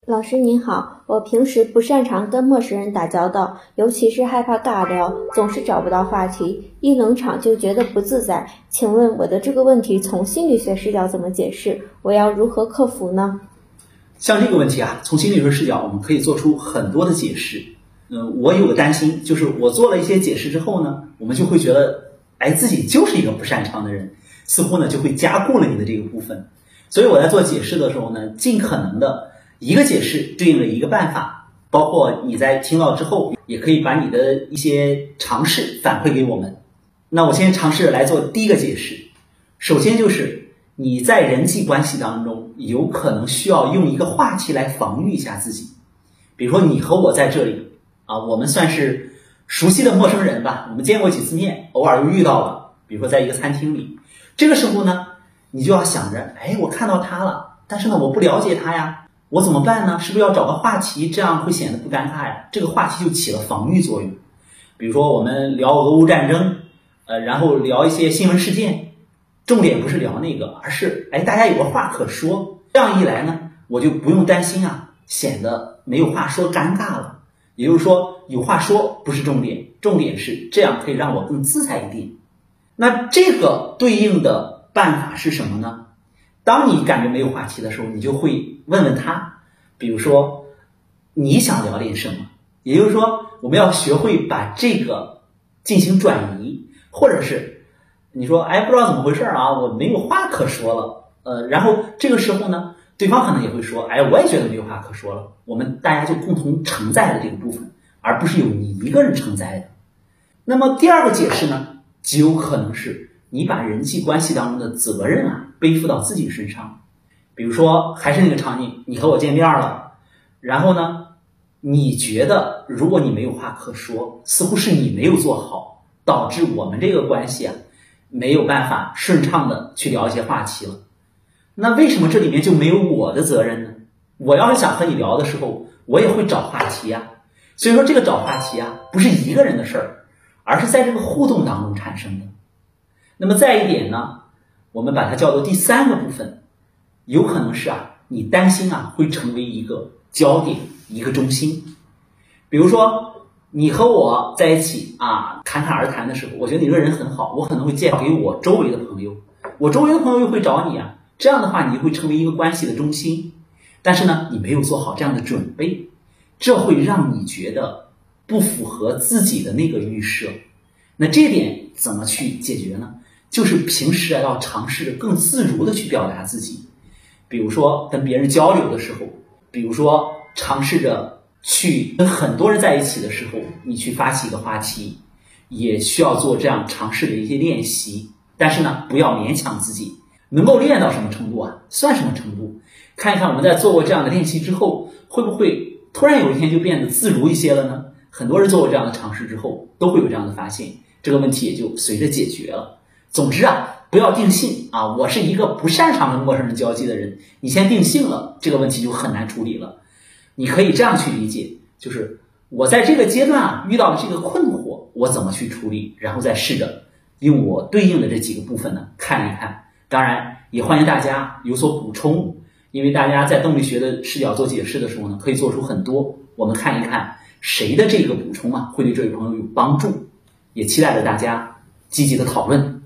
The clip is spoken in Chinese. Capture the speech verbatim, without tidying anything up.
老师您好，我平时不擅长跟陌生人打交道，尤其是害怕尬聊，总是找不到话题，一冷场就觉得不自在。请问我的这个问题从心理学视角怎么解释？我要如何克服呢？ 像这个问题啊，从心理学视角我们可以做出很多的解释。呃，我有个担心，就是我做了一些解释之后呢，我们就会觉得，哎，自己就是一个不擅长的人，似乎呢就会加固了你的这个部分。所以我在做解释的时候呢，尽可能的一个解释对应了一个办法，包括你在听到之后，也可以把你的一些尝试反馈给我们。那我先尝试来做第一个解释。首先就是你在人际关系当中，有可能需要用一个话题来防御一下自己。比如说你和我在这里啊，我们算是熟悉的陌生人吧，我们见过几次面，偶尔又遇到了，比如说在一个餐厅里，这个时候呢，你就要想着，哎，我看到他了，但是呢，我不了解他呀，我怎么办呢？是不是要找个话题，这样会显得不尴尬呀？这个话题就起了防御作用。比如说我们聊俄乌战争，呃，然后聊一些新闻事件，重点不是聊那个，而是哎，大家有个话可说。这样一来呢，我就不用担心啊，显得没有话说尴尬了。也就是说，有话说不是重点，重点是这样可以让我更自在一点。那这个对应的办法是什么呢？当你感觉没有话题的时候，你就会问问他，比如说你想聊点什么，也就是说我们要学会把这个进行转移，或者是你说哎，不知道怎么回事啊，我没有话可说了，呃，然后这个时候呢，对方可能也会说，哎，我也觉得没有话可说了，我们大家就共同承载了这个部分，而不是有你一个人承载的。那么第二个解释呢，极有可能是你把人际关系当中的责任啊背负到自己身上。比如说还是那个场景，你和我见面了，然后呢，你觉得如果你没有话可说，似乎是你没有做好，导致我们这个关系啊没有办法顺畅的去聊一些话题了。那为什么这里面就没有我的责任呢？我要是想和你聊的时候，我也会找话题啊。所以说这个找话题啊，不是一个人的事儿，而是在这个互动当中产生的。那么再一点呢，我们把它叫做第三个部分，有可能是啊，你担心啊会成为一个焦点，一个中心。比如说你和我在一起啊，侃侃而谈的时候，我觉得你这个人很好，我可能会介绍给我周围的朋友，我周围的朋友又会找你啊，这样的话你会成为一个关系的中心。但是呢，你没有做好这样的准备，这会让你觉得不符合自己的那个预设。那这点怎么去解决呢？就是平时啊要尝试着更自如的去表达自己。比如说跟别人交流的时候，比如说尝试着去跟很多人在一起的时候，你去发起一个话题，也需要做这样尝试的一些练习。但是呢，不要勉强自己，能够练到什么程度啊，算什么程度。看一看我们在做过这样的练习之后，会不会突然有一天就变得自如一些了呢？很多人做过这样的尝试之后，都会有这样的发现，这个问题也就随着解决了。总之啊，不要定性啊，我是一个不擅长跟陌生人交际的人，你先定性了，这个问题就很难处理了。你可以这样去理解，就是我在这个阶段啊遇到了这个困惑，我怎么去处理，然后再试着用我对应的这几个部分呢看一看。当然也欢迎大家有所补充，因为大家在动力学的视角做解释的时候呢，可以做出很多，我们看一看谁的这个补充啊会对这位朋友有帮助，也期待着大家积极的讨论。